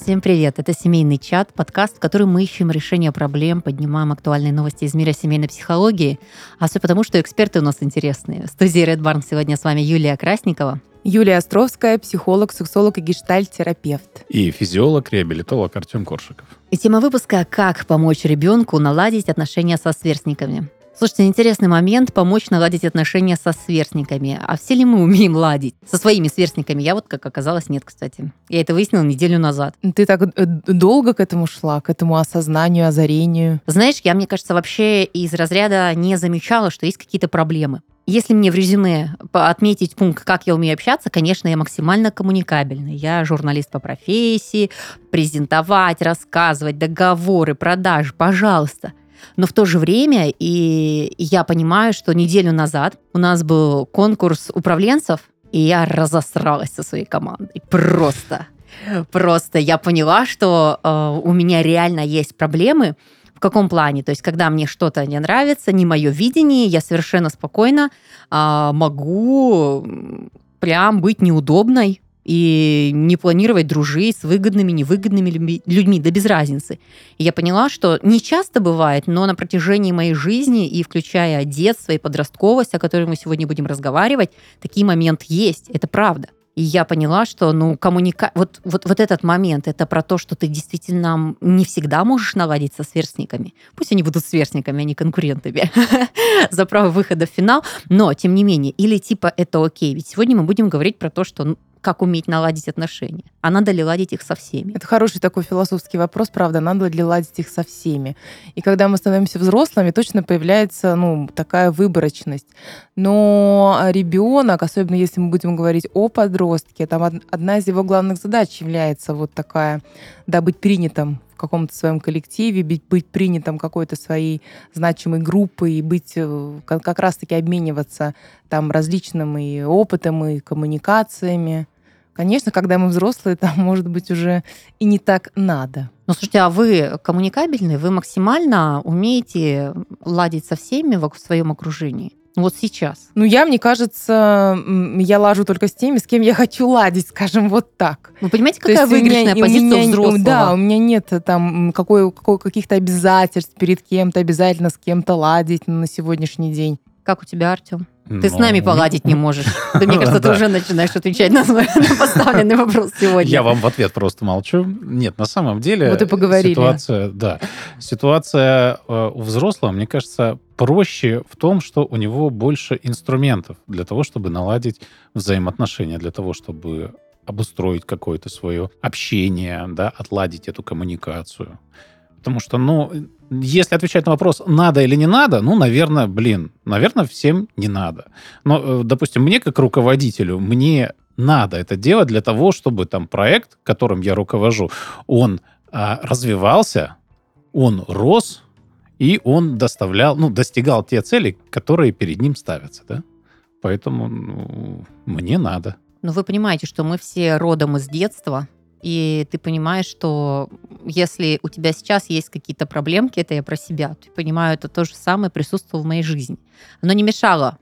Всем привет! Это «Семейный чат», подкаст, в котором мы ищем решение проблем, поднимаем актуальные новости из мира семейной психологии, а все потому, что эксперты у нас интересные. В студии Red Barn сегодня с вами Юлия Красникова. Юлия Островская, психолог, сексолог и гештальт-терапевт. И физиолог, реабилитолог Артем Коршиков. И тема выпуска «Как помочь ребенку наладить отношения со сверстниками». Слушайте, интересный момент — помочь наладить отношения со сверстниками. А все ли мы умеем ладить со своими сверстниками? Я вот, как оказалось, нет, кстати. Я это выяснила неделю назад. Ты так долго к этому шла, к этому осознанию, озарению? Знаешь, я, мне кажется, вообще из разряда не замечала, что есть какие-то проблемы. Если мне в резюме отметить пункт, как я умею общаться, конечно, я максимально коммуникабельна. Я журналист по профессии, презентовать, рассказывать, договоры, продажи, пожалуйста. Но в то же время и я понимаю, что неделю назад у нас был конкурс управленцев, и я разосралась со своей командой. Просто я поняла, что у меня реально есть проблемы. В каком плане? То есть, когда мне что-то не нравится, не мое видение, я совершенно спокойно могу прям быть неудобной и не планировать дружить с выгодными, невыгодными людьми, да без разницы. И я поняла, что не часто бывает, но на протяжении моей жизни, и включая детство и подростковость, о которой мы сегодня будем разговаривать, такие моменты есть, это правда. И я поняла, что вот этот момент, это про то, что ты действительно не всегда можешь наладить со сверстниками. Пусть они будут сверстниками, а не конкурентами за право выхода в финал, но тем не менее, или типа это окей. Ведь сегодня мы будем говорить про то, что как уметь наладить отношения. А надо ли ладить их со всеми? Это хороший такой философский вопрос, правда, надо ли ладить их со всеми. И когда мы становимся взрослыми, точно появляется такая выборочность. Но ребенок, особенно если мы будем говорить о подростке, там одна из его главных задач является вот такая, быть принятым в каком-то своем коллективе, быть принятым какой-то своей значимой группой и быть как раз-таки обмениваться там различным и опытом, и коммуникациями. Конечно, когда мы взрослые, там, может быть, уже и не так надо. Ну, слушайте, а вы коммуникабельны? Вы максимально умеете ладить со всеми в своем окружении? Вот сейчас. Мне кажется, я лажу только с теми, с кем я хочу ладить, скажем, вот так. Вы понимаете, какая выигрышная позиция взрослого? Да, у меня нет там каких-то обязательств перед кем-то, обязательно с кем-то ладить на сегодняшний день. Как у тебя, Артем? Ты с нами поладить не можешь. Да, мне кажется, ты уже начинаешь отвечать на поставленный вопрос сегодня. Я вам в ответ просто молчу. Нет, на самом деле... Вот и поговорили. Ситуация у взрослого, мне кажется, проще в том, что у него больше инструментов для того, чтобы наладить взаимоотношения, для того, чтобы обустроить какое-то свое общение, отладить эту коммуникацию. Потому что, если отвечать на вопрос, надо или не надо, наверное, всем не надо. Но, допустим, мне как руководителю, мне надо это делать для того, чтобы там проект, которым я руковожу, он развивался, он рос, и он достигал те цели, которые перед ним ставятся. Да? Поэтому мне надо. Но вы понимаете, что мы все родом из детства, и ты понимаешь, что если у тебя сейчас есть какие-то проблемки, это я про себя, ты понимаешь, это то же самое присутствовало в моей жизни. Оно не мешало,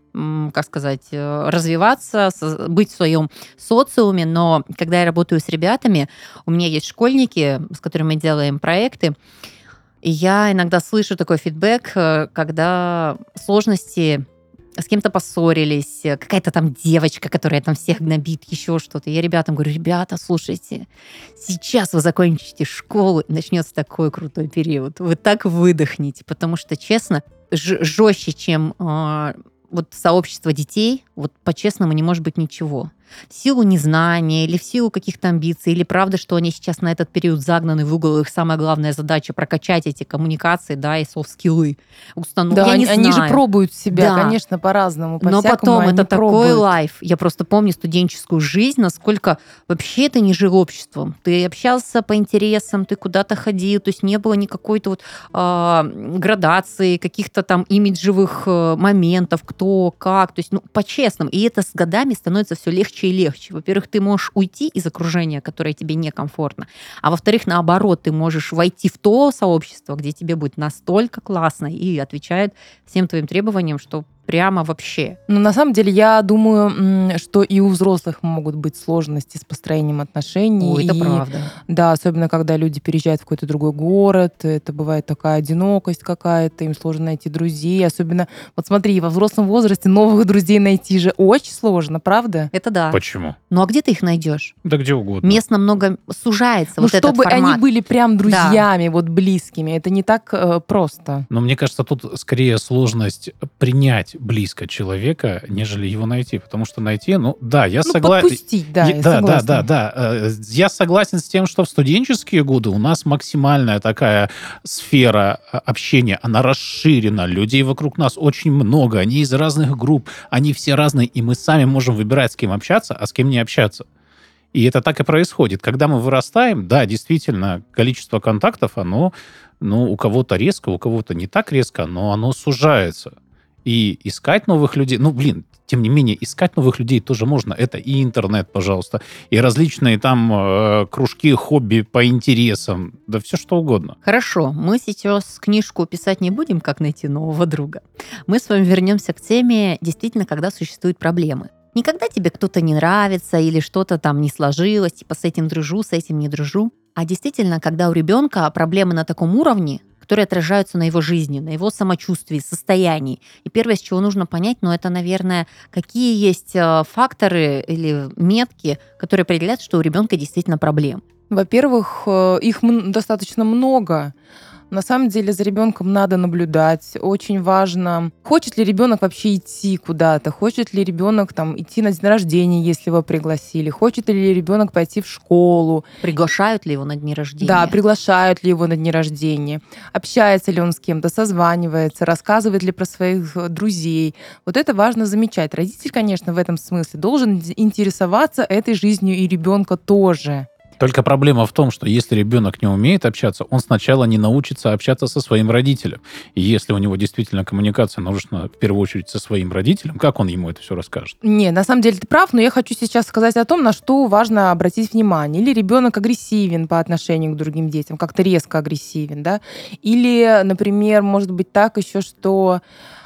развиваться, быть в своем социуме, но когда я работаю с ребятами, у меня есть школьники, с которыми мы делаем проекты, и я иногда слышу такой фидбэк, когда сложности... с кем-то поссорились, какая-то там девочка, которая там всех гнобит, еще что-то. Я ребятам говорю, ребята, слушайте, сейчас вы закончите школу, и начнется такой крутой период. Вы так выдохнете, потому что, честно, жестче, чем сообщество детей, по-честному не может быть ничего. В силу незнания или в силу каких-то амбиций, или правда, что они сейчас на этот период загнаны в угол, их самая главная задача прокачать эти коммуникации, и софт-скиллы. Да, они же пробуют себя, конечно, по-разному, но потом это такой лайф. Я просто помню студенческую жизнь, насколько вообще это не жил обществом. Ты общался по интересам, ты куда-то ходил, то есть не было никакой-то градации, каких-то там имиджевых моментов, кто, как, то есть, по-честному. И это с годами становится все легче и легче. Во-первых, ты можешь уйти из окружения, которое тебе некомфортно, а во-вторых, наоборот, ты можешь войти в то сообщество, где тебе будет настолько классно и отвечает всем твоим требованиям, что прямо вообще. Но на самом деле я думаю, что и у взрослых могут быть сложности с построением отношений. Ой, это И, правда. да, особенно когда люди переезжают в какой-то другой город, это бывает такая одинокость какая-то, им сложно найти друзей. Особенно, вот смотри, во взрослом возрасте новых друзей найти же очень сложно, правда? Это да. Почему? Ну а где ты их найдешь? Да где угодно. Мест намного сужается, Ну, вот этот чтобы формат. они были прям друзьями, вот близкими, это не так просто. Но мне кажется, тут скорее сложность принять близко человека, нежели его найти. Потому что найти, я Ну, согласен. подпустить, да, я согласна. Да. Я согласен с тем, что в студенческие годы у нас максимальная такая сфера общения, она расширена, людей вокруг нас очень много, они из разных групп, они все разные, и мы сами можем выбирать, с кем общаться, а с кем не общаться. И это так и происходит. Когда мы вырастаем, да, действительно, количество контактов, оно, у кого-то резко, у кого-то не так резко, но оно сужается. И искать новых людей, тем не менее, искать новых людей тоже можно. Это и интернет, пожалуйста, и различные там кружки, хобби по интересам, да все что угодно. Хорошо, мы сейчас книжку писать не будем, как найти нового друга. Мы с вами вернемся к теме, действительно, когда существуют проблемы. Не когда тебе кто-то не нравится или что-то там не сложилось, типа с этим дружу, с этим не дружу, а действительно, когда у ребенка проблемы на таком уровне, которые отражаются на его жизни, на его самочувствии, состоянии. И первое, с чего нужно понять, это, наверное, какие есть факторы или метки, которые определяют, что у ребенка действительно проблемы. Во-первых, их достаточно много. На самом деле за ребенком надо наблюдать. Очень важно, хочет ли ребенок вообще идти куда-то, хочет ли ребенок идти на день рождения, если его пригласили, хочет ли ребенок пойти в школу. Приглашают ли его на дни рождения? Да, приглашают ли его на дни рождения, общается ли он с кем-то, созванивается, рассказывает ли про своих друзей. Вот это важно замечать. Родитель, конечно, в этом смысле должен интересоваться этой жизнью и ребенка тоже. Только проблема в том, что если ребенок не умеет общаться, он сначала не научится общаться со своим родителем. И если у него действительно коммуникация нужна в первую очередь со своим родителем, как он ему это все расскажет? Не, на самом деле ты прав, но я хочу сейчас сказать о том, на что важно обратить внимание. Или ребенок агрессивен по отношению к другим детям, как-то резко агрессивен, да? Или, например, может быть так еще, что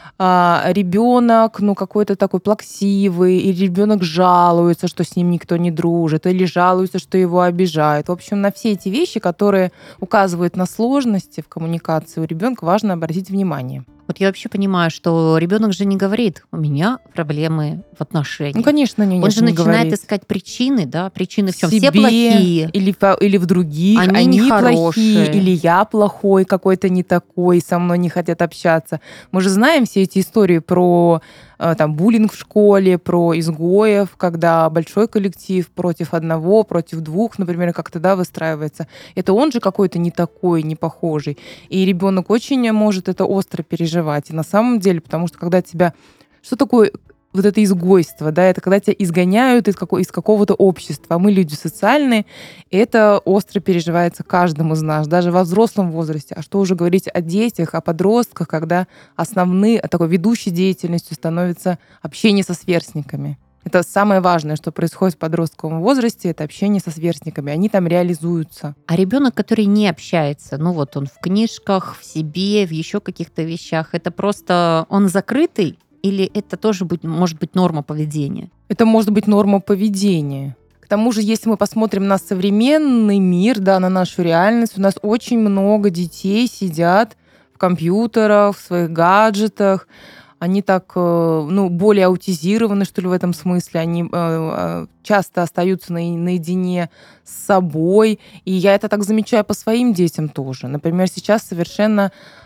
ребенок, какой-то такой плаксивый, или ребенок жалуется, что с ним никто не дружит, или жалуется, что его обижают. В общем, на все эти вещи, которые указывают на сложности в коммуникации у ребенка, важно обратить внимание. Вот я вообще понимаю, что ребенок же не говорит, у меня проблемы в отношениях. Конечно, Он же не начинает говорит. искать причины, да, причины в чем? Себе Все плохие. Или в других. Они плохие, нехорошие. или я плохой, какой-то не такой, со мной не хотят общаться. Мы же знаем все эти истории про буллинг в школе, про изгоев, когда большой коллектив против одного, против двух, например, как-то выстраивается. Это он же какой-то не такой, не похожий. И ребенок очень может это остро переживать. И на самом деле, потому что когда тебя... Что такое вот это изгойство, да, это когда тебя изгоняют из какого-то общества. А мы люди социальные, и это остро переживается каждому из нас, даже во взрослом возрасте. А что уже говорить о детях, о подростках, когда такой ведущей деятельностью становится общение со сверстниками. Это самое важное, что происходит в подростковом возрасте, это общение со сверстниками. Они там реализуются. А ребенок, который не общается, он в книжках, в себе, в еще каких-то вещах, это просто он закрытый? Или это тоже может быть норма поведения? Это может быть норма поведения. К тому же, если мы посмотрим на современный мир, на нашу реальность, у нас очень много детей сидят в компьютерах, в своих гаджетах. Они так, более аутизированы, что ли, в этом смысле. Они часто остаются наедине с собой. И я это так замечаю по своим детям тоже. Например, сейчас совершенно...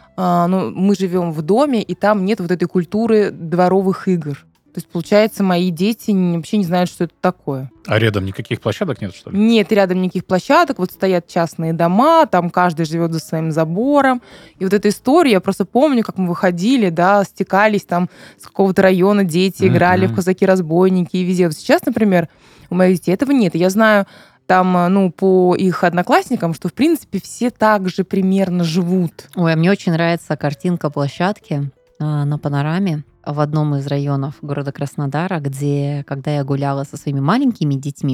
мы живем в доме, и там нет вот этой культуры дворовых игр. То есть, получается, мои дети вообще не знают, что это такое. А рядом никаких площадок нет, что ли? Нет, рядом никаких площадок. Вот стоят частные дома, там каждый живет за своим забором. И вот эта история, я просто помню, как мы выходили, стекались там с какого-то района дети, играли в казаки-разбойники и везде. Вот сейчас, например, у моих детей этого нет. И я знаю там, по их одноклассникам, что, в принципе, все так же примерно живут. Ой, а мне очень нравится картинка площадки на Панораме в одном из районов города Краснодара, где, когда я гуляла со своими маленькими детьми,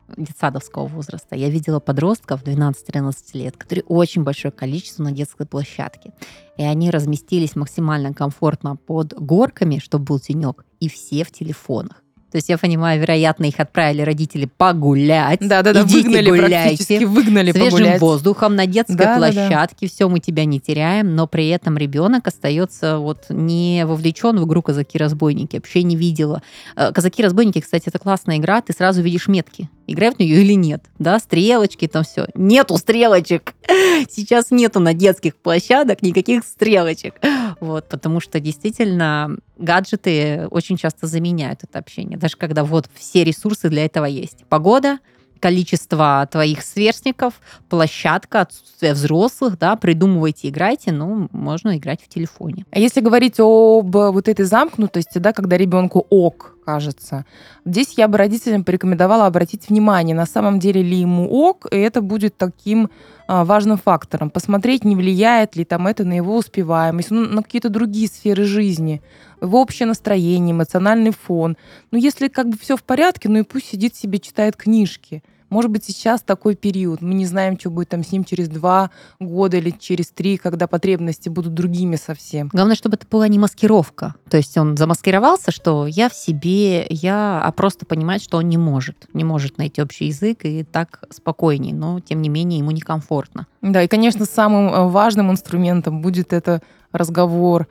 детсадовского возраста. Я видела подростков 12-13 лет, которые очень большое количество на детской площадке. И они разместились максимально комфортно под горками, чтобы был тенек, и все в телефонах. То есть, я понимаю, вероятно, их отправили родители погулять. Да-да-да, Идите выгнали гуляйте. практически, выгнали Свежим погулять. воздухом на детской Да-да-да. площадке. Все, мы тебя не теряем, но при этом ребенок остается вот не вовлечен в игру «Казаки-разбойники». Вообще не видела. «Казаки-разбойники», кстати, это классная игра, ты сразу видишь метки. Играй в нее или нет, да, стрелочки там все. Нету стрелочек. Сейчас нету на детских площадках никаких стрелочек. Вот, потому что действительно гаджеты очень часто заменяют это общение. Даже когда вот все ресурсы для этого есть. Погода, количество твоих сверстников, площадка, отсутствие взрослых, да, придумывайте, играйте, но можно играть в телефоне. А если говорить об вот этой замкнутости, да, когда ребенку ок, кажется, здесь я бы родителям порекомендовала обратить внимание, на самом деле ли ему ок, и это будет таким важным фактором. Посмотреть, не влияет ли там это на его успеваемость, на какие-то другие сферы жизни, его общее настроение, эмоциональный фон. Ну, если как бы все в порядке, ну и пусть сидит себе, читает книжки. Может быть, сейчас такой период. Мы не знаем, что будет там с ним через 2 года или через 3, когда потребности будут другими совсем. Главное, чтобы это была не маскировка. То есть он замаскировался, что я в себе, а просто понимает, что он не может найти общий язык и так спокойней, но тем не менее ему некомфортно. Да, и, конечно, самым важным инструментом будет это разговор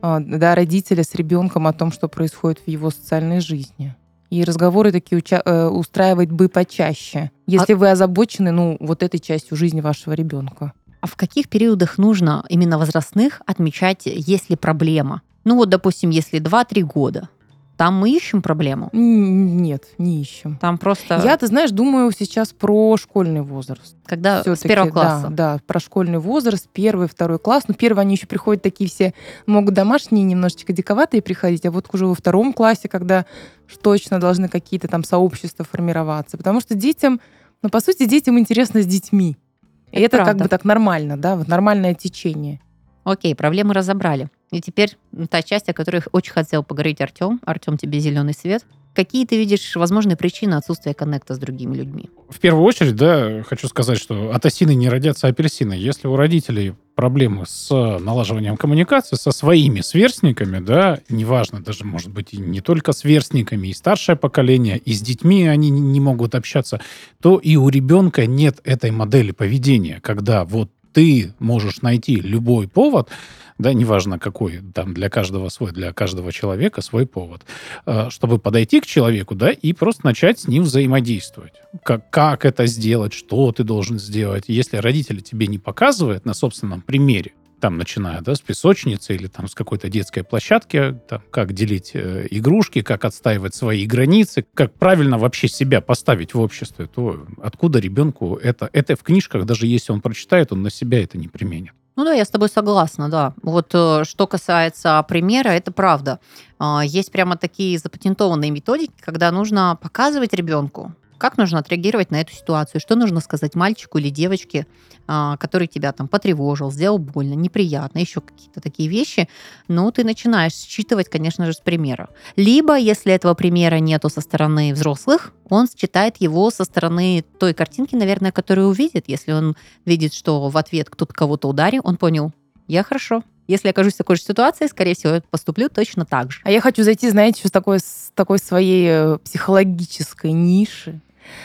родителя с ребенком о том, что происходит в его социальной жизни. И разговоры такие устраивать бы почаще, если вы озабочены, вот этой частью жизни вашего ребенка. А в каких периодах нужно именно возрастных отмечать, есть ли проблема? Ну вот, допустим, если 2-3 года, там мы ищем проблему? Нет, не ищем. Там просто... Я, ты знаешь, думаю сейчас про школьный возраст. Когда Всё-таки, с первого класса. Да, про школьный возраст, 1-2 класс. Ну, первый они еще приходят такие все, могут домашние, немножечко диковатые приходить, а вот уже во 2 классе, когда точно должны какие-то там сообщества формироваться. Потому что детям, по сути, детям интересно с детьми. И это как бы так нормально, да, вот нормальное течение. Окей, проблемы разобрали. И теперь та часть, о которой очень хотел поговорить Артем. Артем, тебе зеленый свет. Какие ты видишь возможные причины отсутствия коннекта с другими людьми? В первую очередь, да, хочу сказать, что от осины не родятся апельсины. Если у родителей проблемы с налаживанием коммуникации со своими сверстниками, да, неважно, даже, может быть, и не только сверстниками, и старшее поколение, и с детьми они не могут общаться, то и у ребенка нет этой модели поведения, когда вот ты можешь найти любой повод, да, неважно какой, там для каждого свой, для каждого человека свой повод, чтобы подойти к человеку, да, и просто начать с ним взаимодействовать. Как это сделать, что ты должен сделать. Если родитель тебе не показывает на собственном примере, там, начиная, да, с песочницы или там с какой-то детской площадки, там, как делить игрушки, как отстаивать свои границы, как правильно вообще себя поставить в обществе, то откуда ребенку это в книжках, даже если он прочитает, он на себя это не применит. Ну да, я с тобой согласна, да. Вот что касается примера, это правда. Есть прямо такие запатентованные методики, когда нужно показывать ребенку, как нужно отреагировать на эту ситуацию, что нужно сказать мальчику или девочке, который тебя там потревожил, сделал больно, неприятно, еще какие-то такие вещи. Ну, ты начинаешь считывать, конечно же, с примера. Либо, если этого примера нету со стороны взрослых, он считает его со стороны той картинки, наверное, которую увидит. Если он видит, что в ответ кто-то кого-то ударил, он понял, я хорошо. Если окажусь в такой же ситуации, скорее всего, я поступлю точно так же. А я хочу зайти, знаете, с такой своей психологической ниши.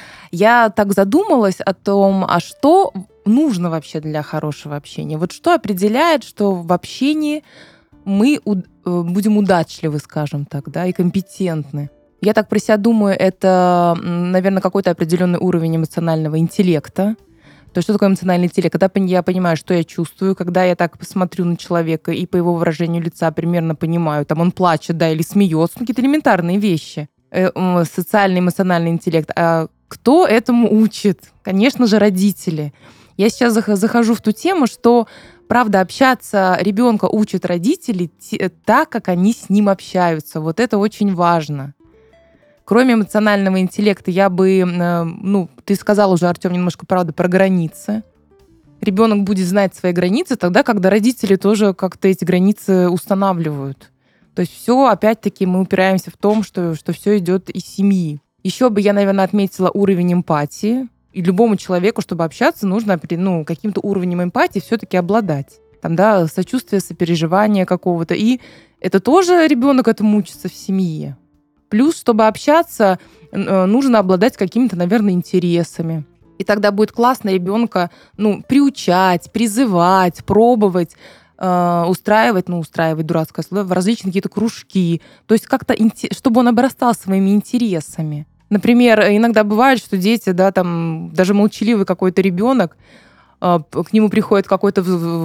Я так задумалась о том, а что нужно вообще для хорошего общения. Вот что определяет, что в общении мы будем удачливы, скажем так, да, и компетентны. Я так про себя думаю, это, наверное, какой-то определенный уровень эмоционального интеллекта. То есть что такое эмоциональный интеллект? Когда я понимаю, что я чувствую, когда я так посмотрю на человека и по его выражению лица примерно понимаю, там он плачет, да, или смеется, какие-то элементарные вещи. Социальный эмоциональный интеллект. А кто этому учит? Конечно же, родители. Я сейчас захожу в ту тему, что, правда, общаться ребенка учат родители так, как они с ним общаются. Вот это очень важно. Кроме эмоционального интеллекта, я бы, ты сказал уже, Артем, немножко, правда, про границы. Ребенок будет знать свои границы тогда, когда родители тоже как-то эти границы устанавливают. То есть все, опять-таки, мы упираемся в том, что все идет из семьи. Еще бы я, наверное, отметила уровень эмпатии. И любому человеку, чтобы общаться, нужно каким-то уровнем эмпатии все-таки обладать. Там, да, сочувствие, сопереживание какого-то. И это тоже ребенок этому учится в семье. Плюс, чтобы общаться, нужно обладать какими-то, наверное, интересами. И тогда будет классно ребенка приучать, призывать, пробовать, устраивать дурацкое слово, в различные какие-то кружки. То есть как-то, чтобы он обрастал своими интересами. Например, иногда бывает, что дети, да, там, даже молчаливый какой-то ребенок, к нему приходит какой-то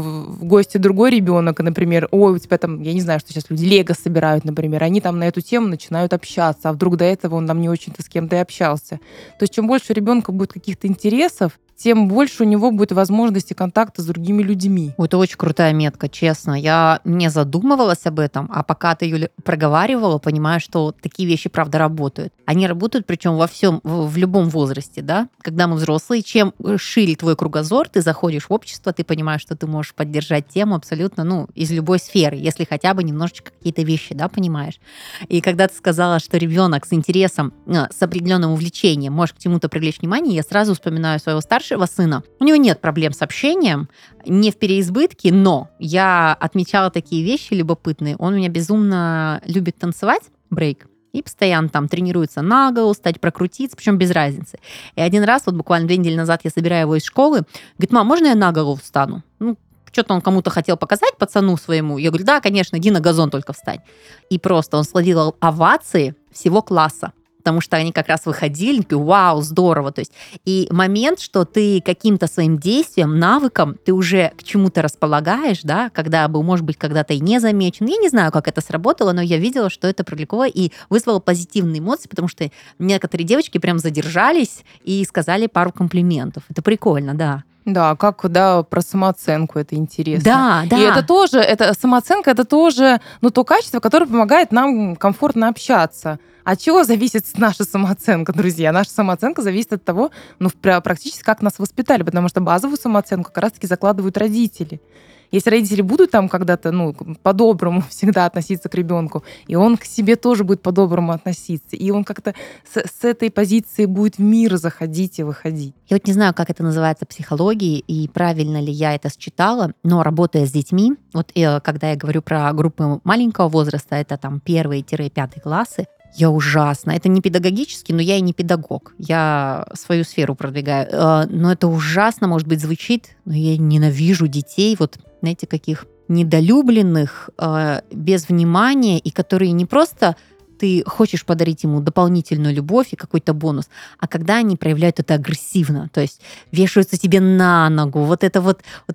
в гости другой ребенок, и, например, ой, у тебя там, я не знаю, что сейчас люди лего собирают, например, они там на эту тему начинают общаться, а вдруг до этого он там не очень-то с кем-то и общался. То есть чем больше у ребенка будет каких-то интересов, тем больше у него будет возможности контакта с другими людьми. Это очень крутая метка, честно. Я не задумывалась об этом, а пока ты, Юля, проговаривала, понимаю, что такие вещи, правда, работают. Они работают, причем во всем, в любом возрасте, да? Когда мы взрослые, чем шире твой кругозор, ты заходишь в общество, ты понимаешь, что ты можешь поддержать тему абсолютно, из любой сферы, если хотя бы немножечко какие-то вещи, да, понимаешь. И когда ты сказала, что ребенок с интересом, с определенным увлечением может к чему-то привлечь внимание, я сразу вспоминаю своего старшего сына. У него нет проблем с общением, не в переизбытке, но я отмечала такие вещи любопытные. Он у меня безумно любит танцевать, брейк, и постоянно там тренируется на голову, стать прокрутиться, причем без разницы. И один раз, вот буквально 2 недели назад я собираю его из школы, говорит, мам, можно я на голову встану? Что-то он кому-то хотел показать, пацану своему. Я говорю, да, конечно, иди на газон только встань. И просто он словил овации всего класса. Потому что они как раз выходили, такие, вау, здорово. То есть, и момент, что ты каким-то своим действием, навыком, ты уже к чему-то располагаешь, да, когда бы, может быть, когда-то и не замечен. Я не знаю, как это сработало, но я видела, что это привлекло и вызвало позитивные эмоции, потому что некоторые девочки прям задержались и сказали пару комплиментов. Это прикольно, да. Да, про самооценку это интересно. Да. И самооценка, это тоже, то качество, которое помогает нам комфортно общаться. От чего зависит наша самооценка, друзья? Наша самооценка зависит от того, практически как нас воспитали, потому что базовую самооценку как раз-таки закладывают родители. Если родители будут там когда-то, по-доброму всегда относиться к ребенку, и он к себе тоже будет по-доброму относиться, и он как-то с этой позиции будет в мир заходить и выходить. Я вот не знаю, как это называется в психологии, и правильно ли я это считала, но работая с детьми, когда я говорю про группы маленького возраста, это там 1-5 классы, я ужасно. Это не педагогически, но я и не педагог. Я свою сферу продвигаю. Но это ужасно, может быть, звучит, но я ненавижу детей, знаете, каких недолюбленных, без внимания, и которые не просто ты хочешь подарить ему дополнительную любовь и какой-то бонус, а когда они проявляют это агрессивно, то есть вешаются тебе на ногу, вот это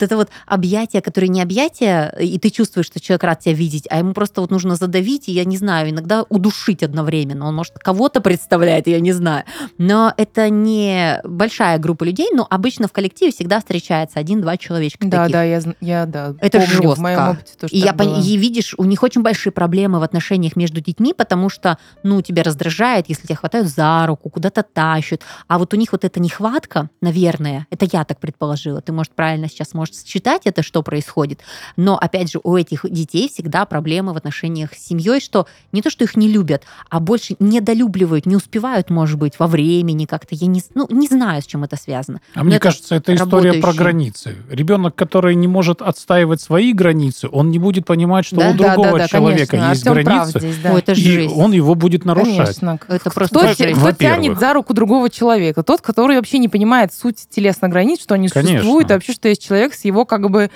объятие, которое не объятие, и ты чувствуешь, что человек рад тебя видеть, а ему просто нужно задавить, и я не знаю, иногда удушить одновременно. Он, может, кого-то представляет, я не знаю. Но это не большая группа людей, но обычно в коллективе всегда встречается 1-2 человечка таких. Да, я это помню, жестко. В моем опыте тоже и так было. И видишь, у них очень большие проблемы в отношениях между детьми, потому что тебя раздражает, если тебя хватают за руку, куда-то тащат. А вот у них эта нехватка, наверное, это я так предположила, ты, может, правильно сейчас можешь считать это, что происходит, но, опять же, у этих детей всегда проблемы в отношениях с семьей, что не то, что их не любят, а больше недолюбливают, не успевают, может быть, во времени как-то. Я не знаю, с чем это связано. А мне кажется, это история про границы. Ребенок, который не может отстаивать свои границы, он не будет понимать, что у другого человека конечно. есть границы, здесь, да. Это и жесть. он его будет нарушать. Конечно. Это просто Кто тянет за руку другого человека? Тот, который вообще не понимает суть телесных границ, что они существуют, и вообще, что есть человек с его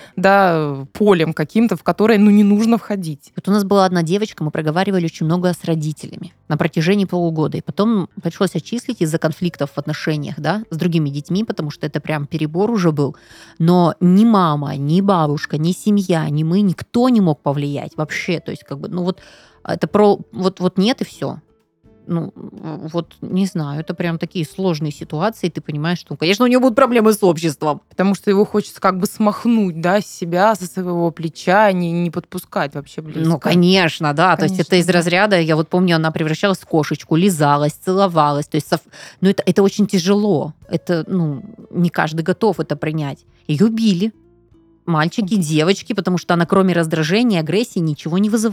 полем каким-то, в которое не нужно входить. Вот у нас была одна девочка, мы проговаривали очень много с родителями на протяжении полугода, и потом пришлось отчислить из-за конфликтов в отношениях, да, с другими детьми, потому что это прям перебор уже был. Но ни мама, ни бабушка, ни семья, ни мы, никто не мог повлиять вообще. То есть это нет и все. Не знаю, это прям такие сложные ситуации, ты понимаешь, что, конечно, у него будут проблемы с обществом. Потому что его хочется смахнуть, да, с себя, со своего плеча, не подпускать вообще близко. Конечно, да. Конечно, то есть это из разряда, я помню, она превращалась в кошечку, лизалась, целовалась. То есть, это очень тяжело. Это, не каждый готов это принять. Ее били. Мальчики, девочки, потому что она кроме раздражения, агрессии ничего не вызывает.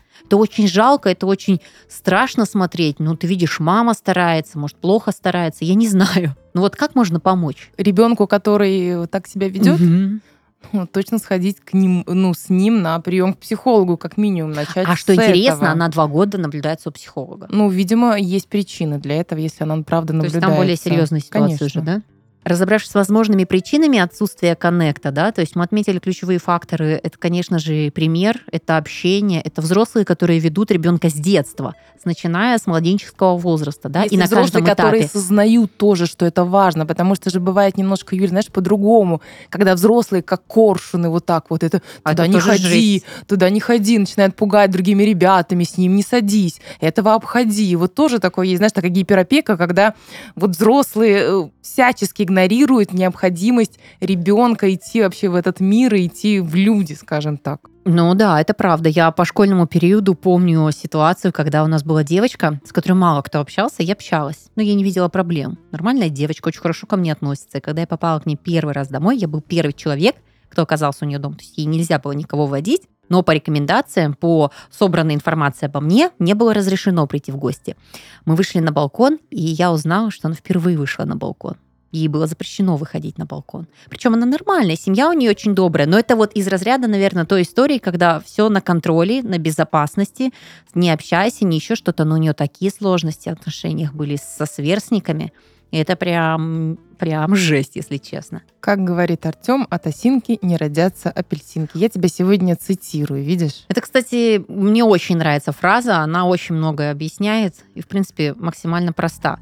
Это очень жалко, это очень страшно смотреть. Ну, ты видишь, мама старается, может, плохо старается, я не знаю. Ну вот как можно помочь? Ребенку, который так себя ведет, Мгм. точно сходить к ним, с ним на прием к психологу, как минимум, начать А с что интересно, этого. она 2 года наблюдается у психолога. Видимо, есть причины для этого, если она правда То есть наблюдается. там более серьезная ситуация Конечно. уже, да? Разобравшись с возможными причинами отсутствия коннекта, да, то есть мы отметили ключевые факторы. Это, конечно же, пример, это общение, это взрослые, которые ведут ребенка с детства, начиная с младенческого возраста, да, Есть и на взрослые, каждом которые этапе. сознают тоже, что это важно, потому что же бывает немножко, Юль, знаешь, по-другому, когда взрослые как коршуны вот так вот, это А туда это не тоже ходи, жесть. туда не ходи, начинают пугать другими ребятами, с ним не садись, этого обходи. Вот тоже такое есть, знаешь, такая гиперопека, когда вот взрослые всячески игнорируют необходимость ребенка идти вообще в этот мир и идти в люди, скажем так. Ну да, это правда. Я по школьному периоду помню ситуацию, когда у нас была девочка, с которой мало кто общался, я общалась, но я не видела проблем. Нормальная девочка, очень хорошо ко мне относится. И когда я попала к ней первый раз домой, я был первый человек, кто оказался у нее дома. То есть ей нельзя было никого водить, но по рекомендациям, по собранной информации обо мне, не было разрешено прийти в гости. Мы вышли на балкон, и я узнала, что она впервые вышла на балкон. Ей было запрещено выходить на балкон. Причем она нормальная, семья у нее очень добрая. Но это вот из разряда, наверное, той истории, когда все на контроле, на безопасности. Не общайся, не еще что-то. Но у нее такие сложности в отношениях были со сверстниками. И это прям жесть, если честно. Как говорит Артем, от осинки не родятся апельсинки. Я тебя сегодня цитирую, видишь? Это, кстати, мне очень нравится фраза. Она очень многое объясняет и, в принципе, максимально проста.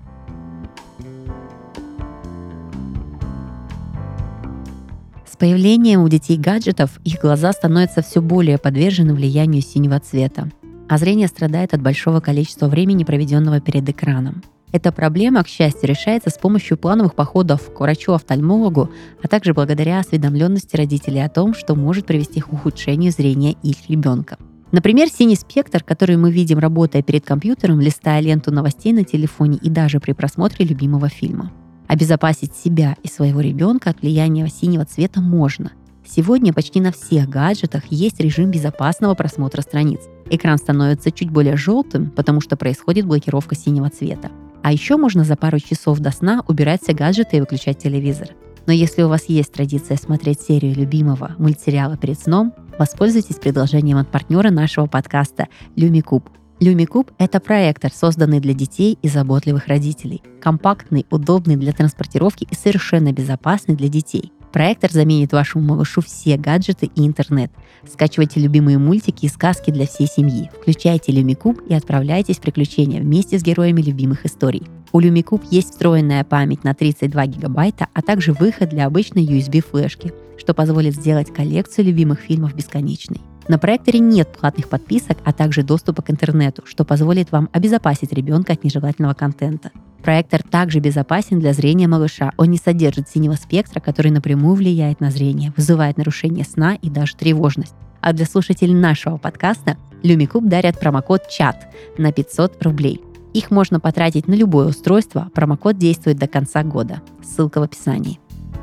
С появлением у детей гаджетов их глаза становятся все более подвержены влиянию синего цвета, а зрение страдает от большого количества времени, проведенного перед экраном. Эта проблема, к счастью, решается с помощью плановых походов к врачу-офтальмологу, а также благодаря осведомленности родителей о том, что может привести к ухудшению зрения их ребенка. Например, синий спектр, который мы видим, работая перед компьютером, листая ленту новостей на телефоне и даже при просмотре любимого фильма. Обезопасить себя и своего ребенка от влияния синего цвета можно. Сегодня почти на всех гаджетах есть режим безопасного просмотра страниц. Экран становится чуть более желтым, потому что происходит блокировка синего цвета. А еще можно за пару часов до сна убирать все гаджеты и выключать телевизор. Но если у вас есть традиция смотреть серию любимого мультсериала перед сном, воспользуйтесь предложением от партнера нашего подкаста LumiCube. LumiCube – это проектор, созданный для детей и заботливых родителей. Компактный, удобный для транспортировки и совершенно безопасный для детей. Проектор заменит вашему малышу все гаджеты и интернет. Скачивайте любимые мультики и сказки для всей семьи. Включайте LumiCube и отправляйтесь в приключения вместе с героями любимых историй. У LumiCube есть встроенная память на 32 гигабайта, а также выход для обычной USB-флешки, что позволит сделать коллекцию любимых фильмов бесконечной. На проекторе нет платных подписок, а также доступа к интернету, что позволит вам обезопасить ребенка от нежелательного контента. Проектор также безопасен для зрения малыша. Он не содержит синего спектра, который напрямую влияет на зрение, вызывает нарушение сна и даже тревожность. А для слушателей нашего подкаста LumiCube дарят промокод ЧАТ на 500 рублей. Их можно потратить на любое устройство, промокод действует до конца года. Ссылка в описании.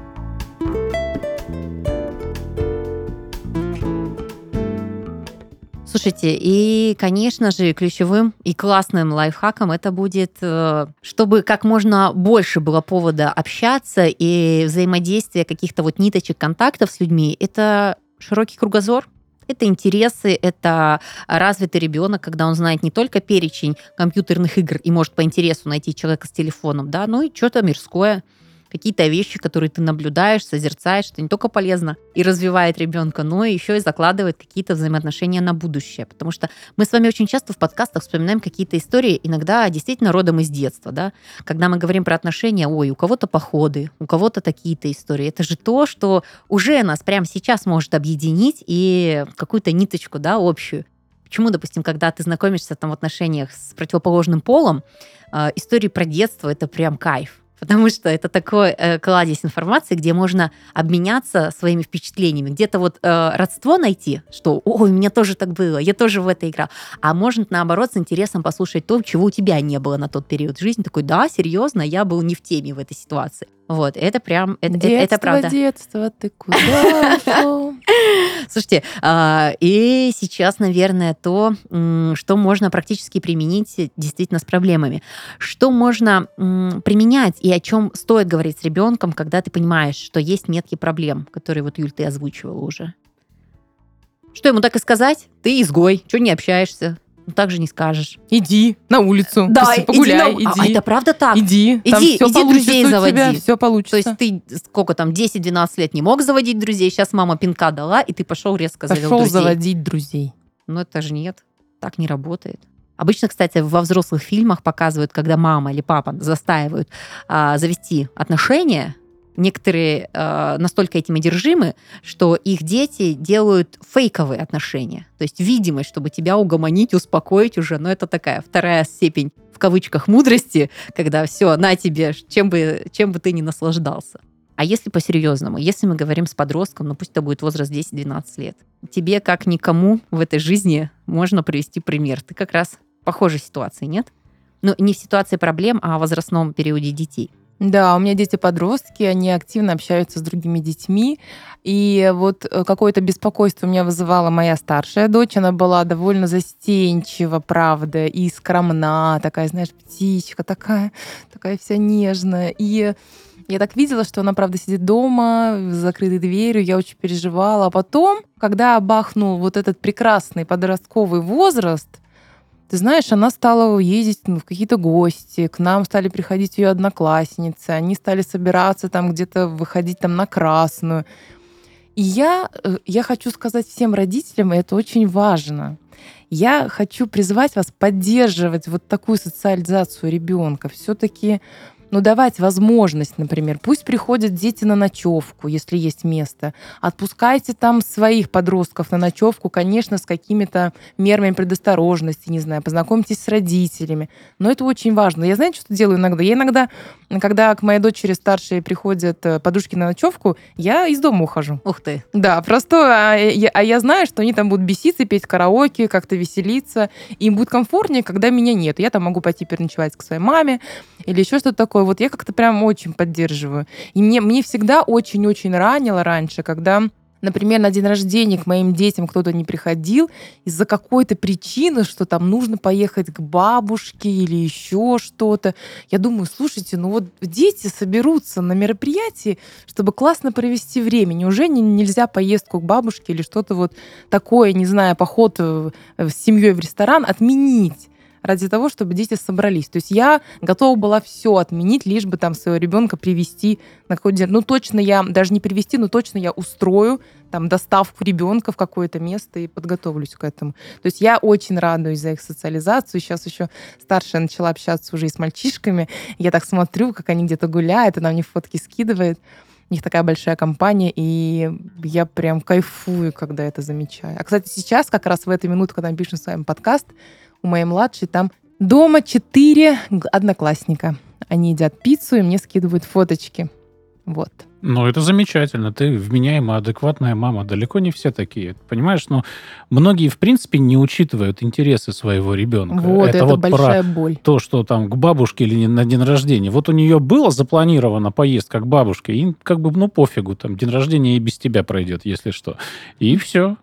Слушайте, и, конечно же, ключевым и классным лайфхаком это будет, чтобы как можно больше было повода общаться и взаимодействия каких-то вот ниточек контактов с людьми. Это широкий кругозор, это интересы, это развитый ребенок, когда он знает не только перечень компьютерных игр и может по интересу найти человека с телефоном, да, но и что-то мирское. Какие-то вещи, которые ты наблюдаешь, созерцаешь, что не только полезно и развивает ребенка, но еще и закладывает какие-то взаимоотношения на будущее. Потому что мы с вами очень часто в подкастах вспоминаем какие-то истории, иногда действительно родом из детства. Да? Когда мы говорим про отношения, ой, у кого-то походы, у кого-то такие-то истории. Это же то, что уже нас прямо сейчас может объединить и какую-то ниточку, да, общую. Почему, допустим, когда ты знакомишься там, в отношениях с противоположным полом, истории про детство – это прям кайф. Потому что это такой кладезь информации, где можно обменяться своими впечатлениями. Где-то вот родство найти, что «Ой, у меня тоже так было, я тоже в это играл». А можно, наоборот, с интересом послушать то, чего у тебя не было на тот период жизни. Такой «Да, серьезно, я был не в теме в этой ситуации». Вот, это прям, это Детство, правда. детство, ты куда ушло? Слушайте, и сейчас, наверное, то, что можно практически применить действительно с проблемами. Что можно применять и о чем стоит говорить с ребенком, когда ты понимаешь, что есть метки проблем, которые вот, Юль, ты озвучивала уже. Что ему так и сказать? Ты изгой, что не общаешься? Ну, так же не скажешь. Иди на улицу, Да, погуляй, иди. А иди. это правда так? Иди, там Иди, все иди получится друзей у тебя, заводи. все То получится. есть ты сколько там, 10-12 лет не мог заводить друзей, сейчас мама пинка дала, и ты пошел резко завел Пошел друзей. заводить друзей. Но это же нет, так не работает. Обычно, кстати, во взрослых фильмах показывают, когда мама или папа застаивают завести отношения. Некоторые настолько этим одержимы, что их дети делают фейковые отношения. То есть видимость, чтобы тебя угомонить, успокоить уже. Но это такая вторая степень, в кавычках, мудрости, когда все, на тебе, чем бы ты ни наслаждался. А если по-серьезному, если мы говорим с подростком, ну пусть это будет возраст 10-12 лет, тебе, как никому в этой жизни, можно привести пример. Ты как раз в похожей ситуации, нет? Ну, не в ситуации проблем, а в возрастном периоде детей. Да, у меня дети-подростки, они активно общаются с другими детьми. И вот какое-то беспокойство у меня вызывала моя старшая дочь. Она была довольно застенчива, правда, и скромна, такая, знаешь, птичка, такая вся нежная. И я так видела, что она, правда, сидит дома, с закрытой дверью, я очень переживала. А потом, когда бахнул вот этот прекрасный подростковый возраст, ты знаешь, она стала ездить в какие-то гости, к нам стали приходить ее одноклассницы, они стали собираться там где-то, выходить там на Красную. И я хочу сказать всем родителям, и это очень важно, я хочу призвать вас поддерживать вот такую социализацию ребенка. Все-таки давать возможность, например, пусть приходят дети на ночевку, если есть место. Отпускайте там своих подростков на ночевку, конечно, с какими-то мерами предосторожности, не знаю, познакомьтесь с родителями. Но это очень важно. Я, знаете, что делаю иногда? Я иногда, когда к моей дочери старшей приходят подружки на ночевку, я из дома ухожу. Ух ты. Да, просто я знаю, что они там будут беситься, петь караоке, как-то веселиться. Им будет комфортнее, когда меня нет. Я там могу пойти переночевать к своей маме или еще что-то такое. Вот я как-то прям очень поддерживаю. И мне всегда очень-очень ранило раньше, когда, например, на день рождения к моим детям кто-то не приходил из-за какой-то причины, что там нужно поехать к бабушке или еще что-то. Я думаю, слушайте, вот дети соберутся на мероприятии, чтобы классно провести время. Неужели нельзя поездку к бабушке или что-то вот такое, не знаю, поход с семьей в ресторан отменить? Ради того, чтобы дети собрались. То есть я готова была все отменить, лишь бы там своего ребенка привести на какой-то день. Точно я, даже не привести, но точно я устрою там доставку ребенка в какое-то место и подготовлюсь к этому. То есть я очень радуюсь за их социализацию. Сейчас еще старшая начала общаться уже и с мальчишками. Я так смотрю, как они где-то гуляют, она мне фотки скидывает. У них такая большая компания, и я прям кайфую, когда это замечаю. А, кстати, сейчас, как раз в эту минуту, когда мы пишем с вами подкаст, у моей младшей там дома 4 одноклассника. Они едят пиццу и мне скидывают фоточки. Вот. Ну, это замечательно. Ты вменяемая, адекватная мама. Далеко не все такие. Понимаешь, многие, в принципе, не учитывают интересы своего ребенка. Вот, это вот большая про боль. то, что там к бабушке или на день рождения. Вот у нее была запланирована поездка к бабушке, и как бы, пофигу, там день рождения и без тебя пройдет, если что. И все.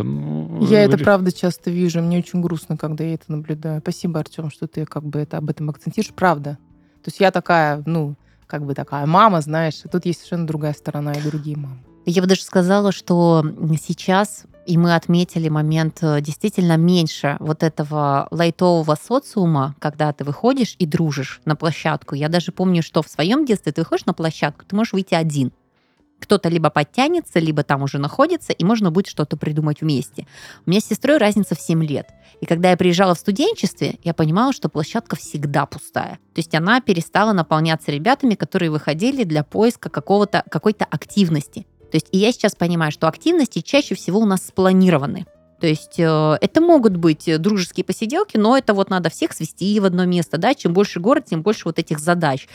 Я это правда часто вижу. Мне очень грустно, когда я это наблюдаю. Спасибо, Артем, что ты об этом акцентируешь. Правда. То есть я такая, такая мама, знаешь, а тут есть совершенно другая сторона и другие мамы. Я бы даже сказала, что сейчас, и мы отметили момент, действительно меньше вот этого лайтового социума, когда ты выходишь и дружишь на площадку. Я даже помню, что в своем детстве ты выходишь на площадку, ты можешь выйти один. Кто-то либо подтянется, либо там уже находится, и можно будет что-то придумать вместе. У меня с сестрой разница в 7 лет. И когда я приезжала в студенчестве, я понимала, что площадка всегда пустая. То есть она перестала наполняться ребятами, которые выходили для поиска какой-то активности. То есть и я сейчас понимаю, что активности чаще всего у нас спланированы. То есть это могут быть дружеские посиделки, но это вот надо всех свести в одно место. Да? Чем больше город, тем больше вот этих задач.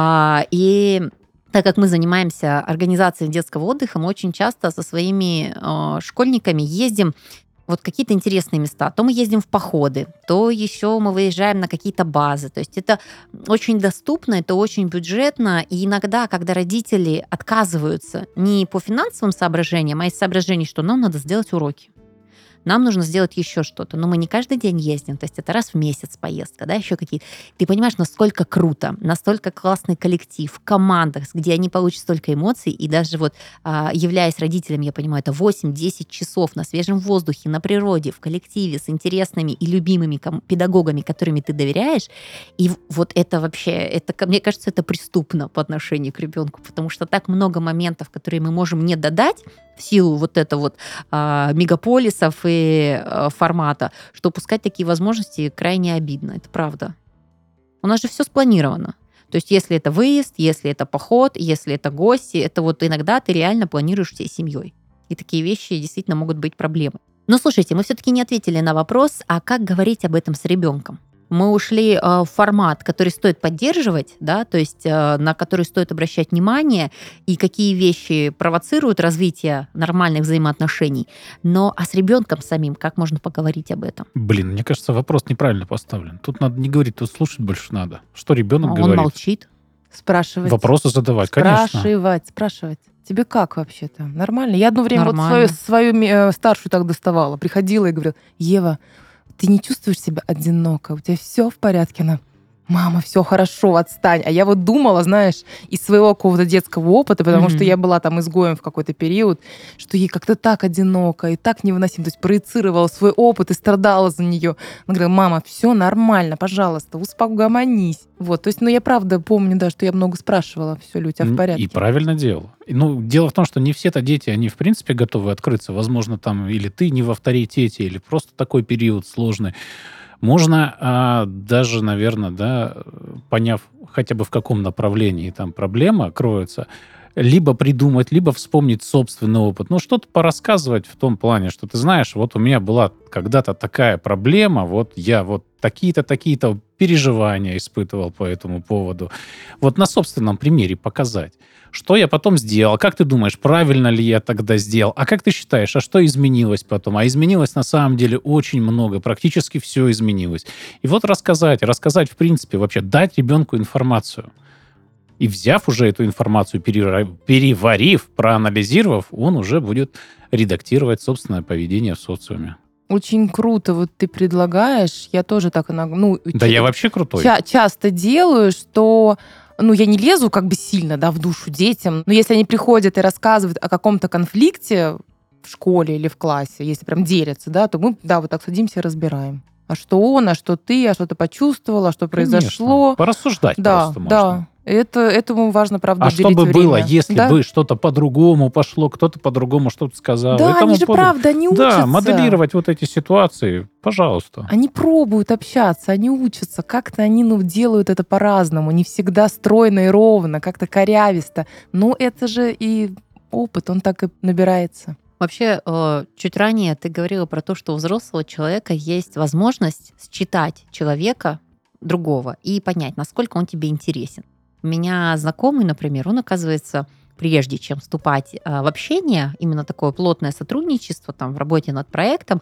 И так как мы занимаемся организацией детского отдыха, мы очень часто со своими школьниками ездим вот какие-то интересные места. То мы ездим в походы, то еще мы выезжаем на какие-то базы. То есть это очень доступно, это очень бюджетно. И иногда, когда родители отказываются не по финансовым соображениям, а из соображений, что нам надо сделать уроки, нам нужно сделать еще что-то. Но мы не каждый день ездим, то есть это раз в месяц поездка, да, еще какие-то. Ты понимаешь, насколько круто, настолько классный коллектив, в командах, где они получат столько эмоций, и даже вот являясь родителем, я понимаю, это 8-10 часов на свежем воздухе, на природе, в коллективе, с интересными и любимыми педагогами, которыми ты доверяешь, и вот это вообще, это, мне кажется, это преступно по отношению к ребенку, потому что так много моментов, которые мы можем не додать, в силу вот этого вот мегаполисов и формата, что упускать такие возможности крайне обидно. Это правда. У нас же все спланировано. То есть если это выезд, если это поход, если это гости, это вот иногда ты реально планируешь всей семьей. И такие вещи действительно могут быть проблемой. Но слушайте, мы все-таки не ответили на вопрос, а как говорить об этом с ребенком? Мы ушли в формат, который стоит поддерживать, да, то есть на который стоит обращать внимание, и какие вещи провоцируют развитие нормальных взаимоотношений. Но а с ребенком самим как можно поговорить об этом? Блин, мне кажется, вопрос неправильно поставлен. Тут надо не говорить, тут слушать больше надо. Что ребенок говорит? Он молчит. Спрашивать. Вопросы задавать, конечно. Спрашивать. Тебе как вообще-то? Нормально? Я одно время Нормально. вот свою старшую так доставала. Приходила и говорила: Ева, ты не чувствуешь себя одиноко? У тебя все в порядке? Она: мама, все хорошо, отстань. А я вот думала, знаешь, из своего какого-то детского опыта, потому что я была там изгоем в какой-то период, что ей как-то так одиноко и так невыносимо. То есть проецировала свой опыт и страдала за нее. Она говорила: мама, все нормально, пожалуйста, успокойся. Вот, то есть, я правда помню, да, что я много спрашивала: все ли у тебя в порядке? И правильно делал. Дело в том, что не все-то дети, они в принципе готовы открыться. Возможно, там или ты не в авторитете, или просто такой период сложный. Можно даже, наверное, да, поняв хотя бы в каком направлении там проблема кроется, либо придумать, либо вспомнить собственный опыт. Что-то порассказывать в том плане, что ты знаешь, вот у меня была когда-то такая проблема, вот я вот такие-то переживания испытывал по этому поводу. Вот на собственном примере показать. Что я потом сделал? Как ты думаешь, правильно ли я тогда сделал? А как ты считаешь, а что изменилось потом? А изменилось на самом деле очень много, практически все изменилось. И вот рассказать, в принципе, вообще дать ребенку информацию. И взяв уже эту информацию, переварив, проанализировав, он уже будет редактировать собственное поведение в социуме. Очень круто вот ты предлагаешь. Я тоже так иногда... Да я вообще крутой. Часто делаю, что... я не лезу как бы сильно, да, в душу детям, но если они приходят и рассказывают о каком-то конфликте в школе или в классе, если прям делятся, да, то мы, да, вот так садимся и разбираем. А что он, а что ты, а что ты почувствовала, а что произошло. Порассуждать просто можно. Да. Этому важно, правда, уделить время. А что бы было, если бы что-то по-другому пошло, кто-то по-другому что-то сказал? Да, они же правда, они учатся. Да, моделировать вот эти ситуации, пожалуйста. Они пробуют общаться, они учатся. Как-то они делают это по-разному. Не всегда стройно и ровно, как-то корявисто. Но это же и опыт, он так и набирается. Вообще, чуть ранее ты говорила про то, что у взрослого человека есть возможность считать человека другого и понять, насколько он тебе интересен. У меня знакомый, например, он, оказывается, прежде чем вступать в общение, именно такое плотное сотрудничество там, в работе над проектом,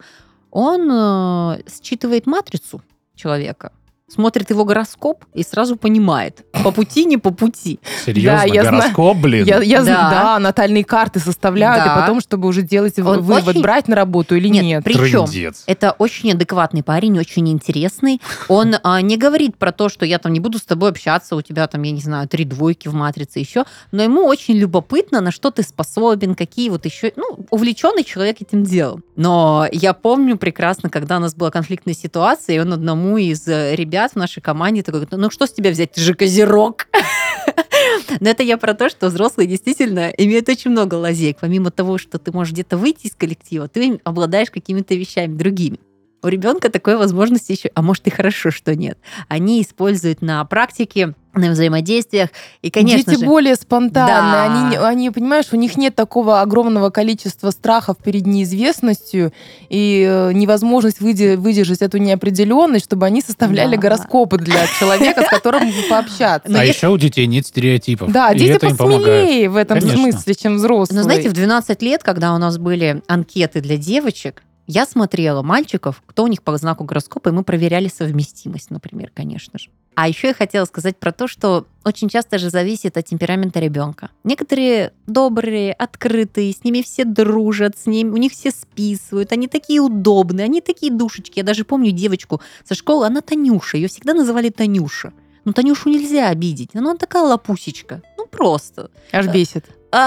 он считывает матрицу человека, смотрит его гороскоп и сразу понимает, по пути, не по пути. Серьезно? Да, гороскоп, блин? Да, натальные карты составляют, и потом, чтобы уже делать вывод, брать на работу или нет. Причем это очень адекватный парень, очень интересный. Он не говорит про то, что я там не буду с тобой общаться, у тебя там, я не знаю, 3 двойки в матрице еще, но ему очень любопытно, на что ты способен, какие вот еще... увлеченный человек этим делом. Но я помню прекрасно, когда у нас была конфликтная ситуация, и он одному из ребят в нашей команде такой: что с тебя взять, ты же козерог. Но это я про то, что взрослые действительно имеют очень много лазеек. Помимо того, что ты можешь где-то выйти из коллектива, ты обладаешь какими-то вещами другими. У ребенка такой возможности еще, а может и хорошо, что нет. Они используют на практике, на взаимодействиях. И, конечно Дети же, более спонтанные. Да. Они, понимаешь, у них нет такого огромного количества страхов перед неизвестностью и невозможность выдержать эту неопределенность, чтобы они составляли гороскопы для человека, с которым пообщаться. А еще у детей нет стереотипов. Да, и дети это им посмелее в этом Конечно. смысле, чем взрослые. Но знаете, в 12 лет, когда у нас были анкеты для девочек, Я смотрела мальчиков, кто у них по знаку гороскопа, и мы проверяли совместимость, например, конечно же. А еще я хотела сказать про то, что очень часто же зависит от темперамента ребенка. Некоторые добрые, открытые, с ними все дружат, у них все списывают, они такие удобные, они такие душечки. Я даже помню девочку со школы, она Танюша, ее всегда называли Танюша. Но Танюшу нельзя обидеть, она такая лапусечка, просто. Аж бесит.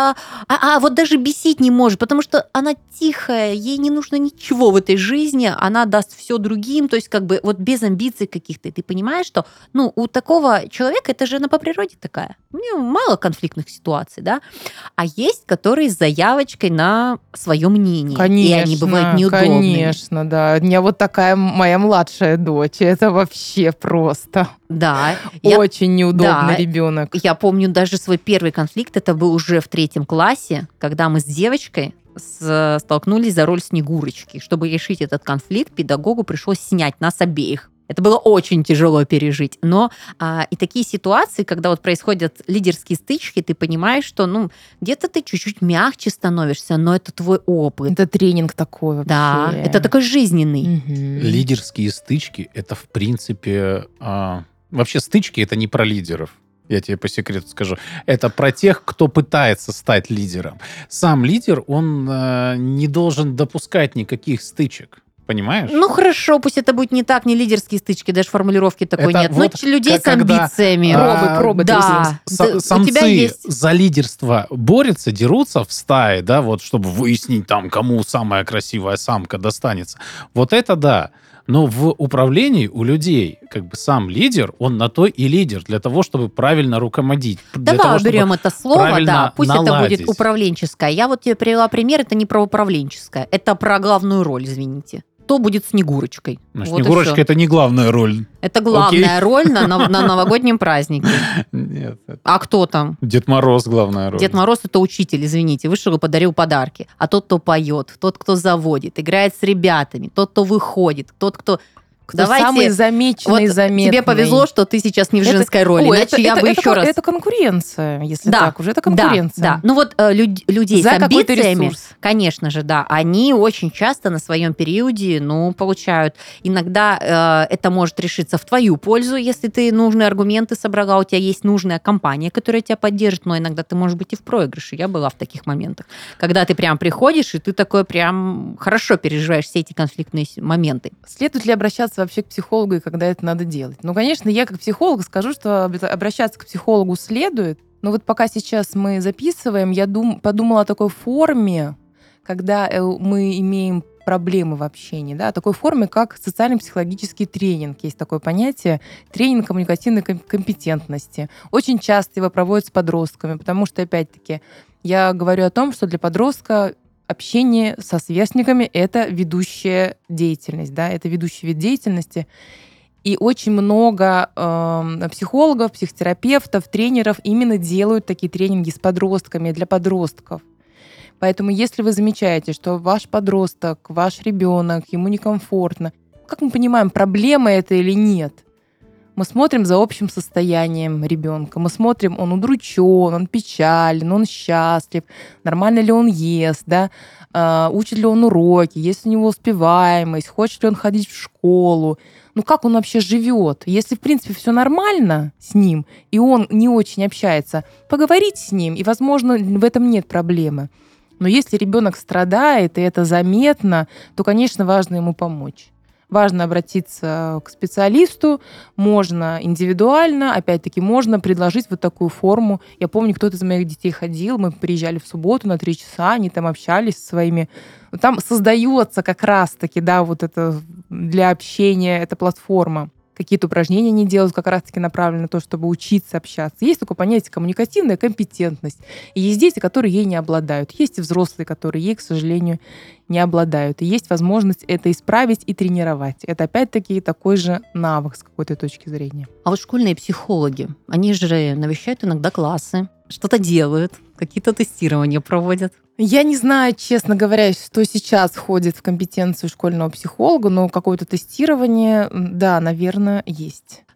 Вот даже бесить не может, потому что она тихая, ей не нужно ничего в этой жизни, она даст все другим, то есть без амбиций каких-то. И ты понимаешь, что у такого человека, это же она по природе такая, у нее мало конфликтных ситуаций, да, а есть, которые с заявочкой на свое мнение. Конечно, и они бывают неудобными. Конечно, да. У меня вот такая моя младшая дочь, это вообще просто... Да. Очень неудобный ребенок. Я помню даже свой первый конфликт, это был уже в 3 классе, когда мы с девочкой столкнулись за роль Снегурочки. Чтобы решить этот конфликт, педагогу пришлось снять нас обеих. Это было очень тяжело пережить. Но и такие ситуации, когда происходят лидерские стычки, ты понимаешь, что где-то ты чуть-чуть мягче становишься, но это твой опыт. Это тренинг такой вообще. Да, это такой жизненный. Угу. Лидерские стычки, это в принципе... Вообще стычки — это не про лидеров. Я тебе по секрету скажу. Это про тех, кто пытается стать лидером. Сам лидер, он не должен допускать никаких стычек. Понимаешь? Хорошо, пусть это будет не так, не лидерские стычки, даже формулировки такой это нет. Вот людей с амбициями. Пробы. Да. Самцы за лидерство борются, дерутся в стае, да, чтобы выяснить кому самая красивая самка достанется. Вот это да. Но в управлении у людей сам лидер, он на то и лидер, для того, чтобы правильно руководить. Давай уберем это слово, да, пусть наладить. Это будет управленческое. Я тебе привела пример, это не про управленческое, это про главную роль, извините. Кто будет Снегурочкой? Снегурочка — это не главная роль. Это главная роль на новогоднем празднике. Нет. А кто там? Дед Мороз главная роль. Дед Мороз — это учитель, извините, вышел и подарил подарки. А тот, кто поет, тот, кто заводит, играет с ребятами, тот, кто выходит, тот, кто... Самый замеченный, заметный. Тебе повезло, что ты сейчас не в женской роли, иначе я бы еще раз... Это конкуренция, если так уже. Это конкуренция. Да. Людей за с амбициями, ресурс. Конечно же, да, они очень часто на своем периоде, получают... Иногда это может решиться в твою пользу, если ты нужные аргументы собрала, у тебя есть нужная компания, которая тебя поддержит, но иногда ты можешь быть и в проигрыше. Я была в таких моментах. Когда ты прям приходишь, и ты такой прям хорошо переживаешь все эти конфликтные моменты. Следует ли обращаться вообще к психологу, и когда это надо делать? Конечно, я как психолог скажу, что обращаться к психологу следует, но пока сейчас мы записываем, я подумала о такой форме, когда мы имеем проблемы в общении, да, о такой форме, как социально-психологический тренинг. Есть такое понятие — тренинг коммуникативной компетентности. Очень часто его проводят с подростками, потому что, опять-таки, я говорю о том, что для подростка общение со сверстниками — это ведущая деятельность, да, это ведущий вид деятельности. И очень много психологов, психотерапевтов, тренеров именно делают такие тренинги с подростками, для подростков. Поэтому если вы замечаете, что ваш подросток, ваш ребенок, ему некомфортно, как мы понимаем, проблема это или нет? Мы смотрим за общим состоянием ребенка. Мы смотрим, он удручен, он печален, он счастлив, нормально ли он ест, да? Учит ли он уроки, есть у него успеваемость, хочет ли он ходить в школу. Как он вообще живет? Если, в принципе, все нормально с ним, и он не очень общается, поговорить с ним, и, возможно, в этом нет проблемы. Но если ребенок страдает, и это заметно, то, конечно, важно ему помочь. Важно обратиться к специалисту, можно индивидуально, опять-таки, можно предложить вот такую форму. Я помню, кто-то из моих детей ходил, мы приезжали в субботу на 3 часа, они там общались со своими... Там создается как раз-таки, да, вот это для общения, эта платформа. Какие-то упражнения они делают как раз-таки направлены на то, чтобы учиться общаться. Есть такое понятие коммуникативная компетентность. И есть дети, которые ей не обладают. Есть и взрослые, которые ей, к сожалению, не обладают. И есть возможность это исправить и тренировать. Это опять-таки такой же навык с какой-то точки зрения. А вот школьные психологи, они же навещают иногда классы, что-то делают, какие-то тестирования проводят. Я не знаю, честно говоря, что сейчас входит в компетенцию школьного психолога, но какое-то тестирование, да, наверное, есть.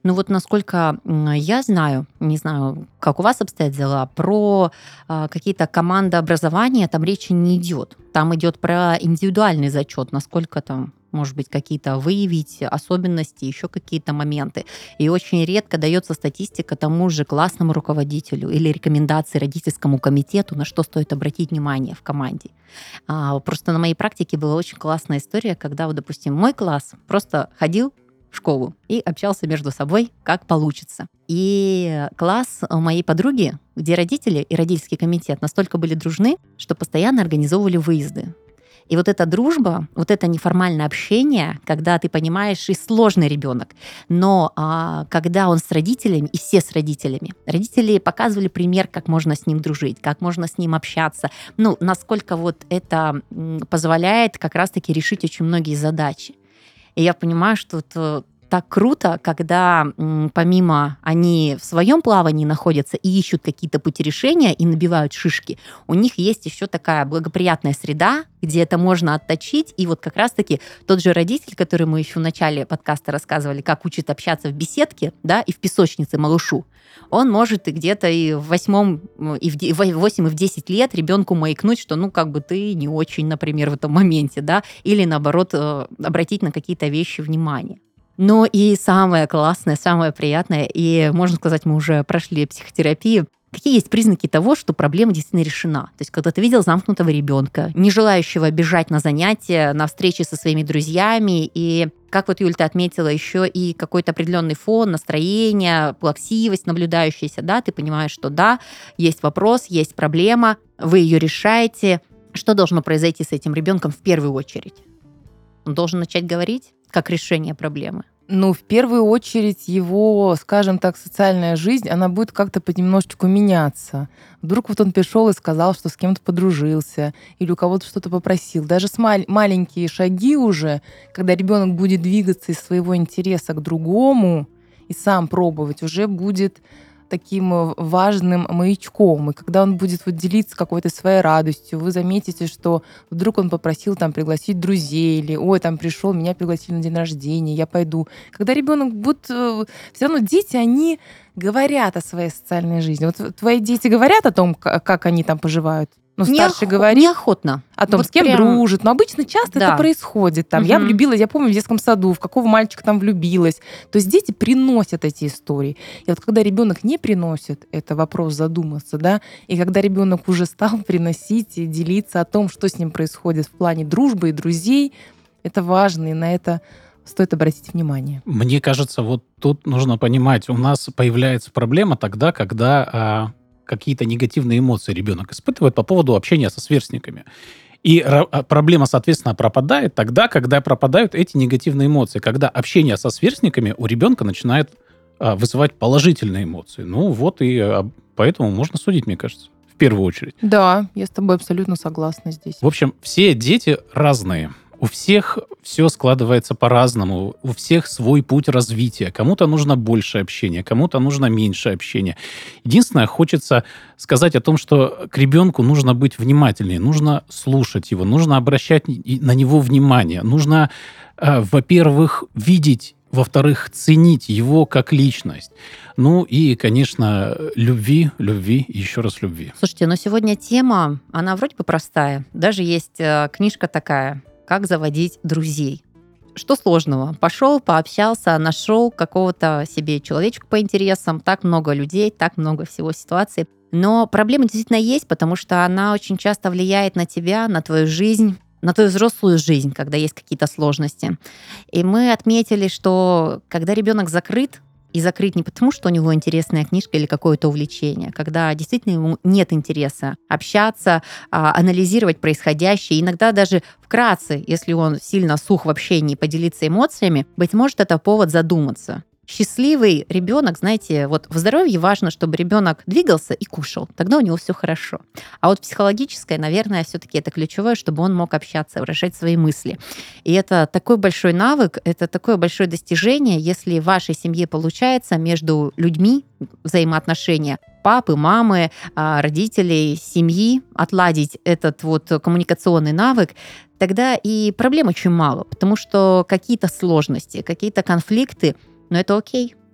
Ну вот насколько я знаю, не знаю, как у вас обстоят дела, про какие-то командообразования там речи не идет. Там идет про индивидуальный зачет, насколько там, может быть, какие-то выявить особенности, еще какие-то моменты. И очень редко дается статистика тому же классному руководителю или рекомендации родительскому комитету, на что стоит обратить внимание в команде. Просто на моей практике была очень классная история, когда, вот, допустим, мой класс просто ходил в школу и общался между собой, как получится. И класс моей подруги, где родители и родительский комитет настолько были дружны, что постоянно организовывали выезды. И вот эта дружба, вот это неформальное общение, когда ты понимаешь, и сложный ребенок, но когда он с родителями, и все с родителями, родители показывали пример, как можно с ним дружить, как можно с ним общаться, ну, насколько вот это позволяет как раз-таки решить очень многие задачи. И я понимаю, что так круто, когда помимо они в своем плавании находятся и ищут какие-то пути решения и набивают шишки, у них есть еще такая благоприятная среда, где это можно отточить. И вот как раз-таки тот же родитель, который мы еще в начале подкаста рассказывали, как учит общаться в беседке, да, и в песочнице малышу, он может и где-то и в 8, и в 10 лет ребенку маякнуть, что, ну, как бы ты не очень, например, в этом моменте, да, или наоборот обратить на какие-то вещи внимание. Ну и самое классное, самое приятное, и, можно сказать, мы уже прошли психотерапию, какие есть признаки того, что проблема действительно решена? То есть, когда ты видел замкнутого ребенка, не желающего бежать на занятия, на встречи со своими друзьями, и, как вот Юль, ты отметила, еще и какой-то определенный фон, настроение, плаксивость наблюдающаяся, да, ты понимаешь, что да, есть вопрос, есть проблема, вы ее решаете. Что должно произойти с этим ребенком в первую очередь? Он должен начать говорить как решение проблемы? Ну, в первую очередь, его, скажем так, социальная жизнь, она будет как-то понемножечку меняться. Вдруг вот он пришел и сказал, что с кем-то подружился, или у кого-то что-то попросил. Даже с маленькие шаги уже, когда ребенок будет двигаться из своего интереса к другому и сам пробовать, уже будет таким важным маячком. И когда он будет вот делиться какой-то своей радостью, вы заметите, что вдруг он попросил там пригласить друзей, или ой, там пришел, меня пригласили на день рождения, я пойду. Когда ребенок будет... Все равно дети, они говорят о своей социальной жизни. Вот твои дети говорят о том, как они там поживают? Ну, старший говорит неохотно. О том, вот с кем прям... дружит. Но обычно часто да. это происходит. Там, Я влюбилась, я помню в детском саду, в какого мальчика там влюбилась. То есть дети приносят эти истории. И вот когда ребенок не приносит, это вопрос задуматься, да, и когда ребенок уже стал приносить и делиться о том, что с ним происходит в плане дружбы и друзей, это важно, и на это стоит обратить внимание. Мне кажется, вот тут нужно понимать, у нас появляется проблема тогда, когда какие-то негативные эмоции ребенок испытывает по поводу общения со сверстниками. И проблема, соответственно, пропадает тогда, когда пропадают эти негативные эмоции, когда общение со сверстниками у ребенка начинает вызывать положительные эмоции. Ну вот и поэтому можно судить, мне кажется, в первую очередь. Да, я с тобой абсолютно согласна здесь. В общем, все дети разные. У всех все складывается по-разному, у всех свой путь развития. Кому-то нужно больше общения, кому-то нужно меньше общения. Единственное, хочется сказать о том, что к ребенку нужно быть внимательнее, нужно слушать его, нужно обращать на него внимание, нужно, во-первых, видеть, во-вторых, ценить его как личность. Ну и, конечно, любви и еще раз любви. Слушайте, но сегодня тема, она вроде бы простая. Даже есть книжка такая «Как заводить друзей». Что сложного? Пошел, пообщался, нашел какого-то себе человечка по интересам, так много людей, так много всего ситуаций. Но проблема действительно есть, потому что она очень часто влияет на тебя, на твою жизнь, на твою взрослую жизнь, когда есть какие-то сложности. И мы отметили, что когда ребенок закрыт, и закрыть не потому, что у него интересная книжка или какое-то увлечение, когда действительно ему нет интереса общаться, анализировать происходящее, иногда даже вкратце, если он сильно сух в общении, поделиться эмоциями, быть может, это повод задуматься. Счастливый ребенок, знаете, вот в здоровье важно, чтобы ребенок двигался и кушал, тогда у него все хорошо. А вот психологическое, наверное, все-таки это ключевое, чтобы он мог общаться, выражать свои мысли. И это такой большой навык, это такое большое достижение, если в вашей семье получается между людьми взаимоотношения папы, мамы, родителей, семьи, отладить этот вот коммуникационный навык, тогда и проблем очень мало, потому что какие-то сложности, какие-то конфликты, но это окей.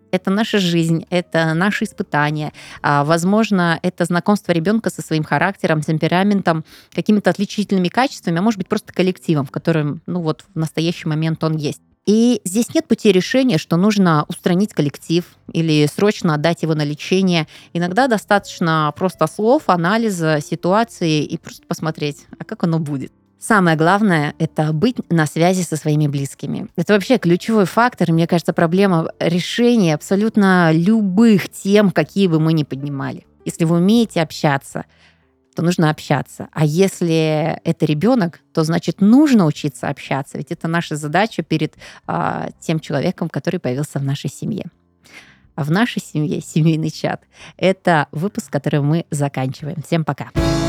Это наша жизнь, это наши испытания. Возможно, это знакомство ребенка со своим характером, темпераментом, какими-то отличительными качествами, а может быть, просто коллективом, в котором, в настоящий момент он есть. И здесь нет пути решения, что нужно устранить коллектив или срочно отдать его на лечение. Иногда достаточно просто слов, анализа ситуации и просто посмотреть, а как оно будет. Самое главное – это быть на связи со своими близкими. Это вообще ключевой фактор, мне кажется, проблема решения абсолютно любых тем, какие бы мы ни поднимали. Если вы умеете общаться, то нужно общаться. А если это ребенок, то значит нужно учиться общаться. Ведь это наша задача перед тем человеком, который появился в нашей семье. А в нашей семье семейный чат – это выпуск, который мы заканчиваем. Всем пока.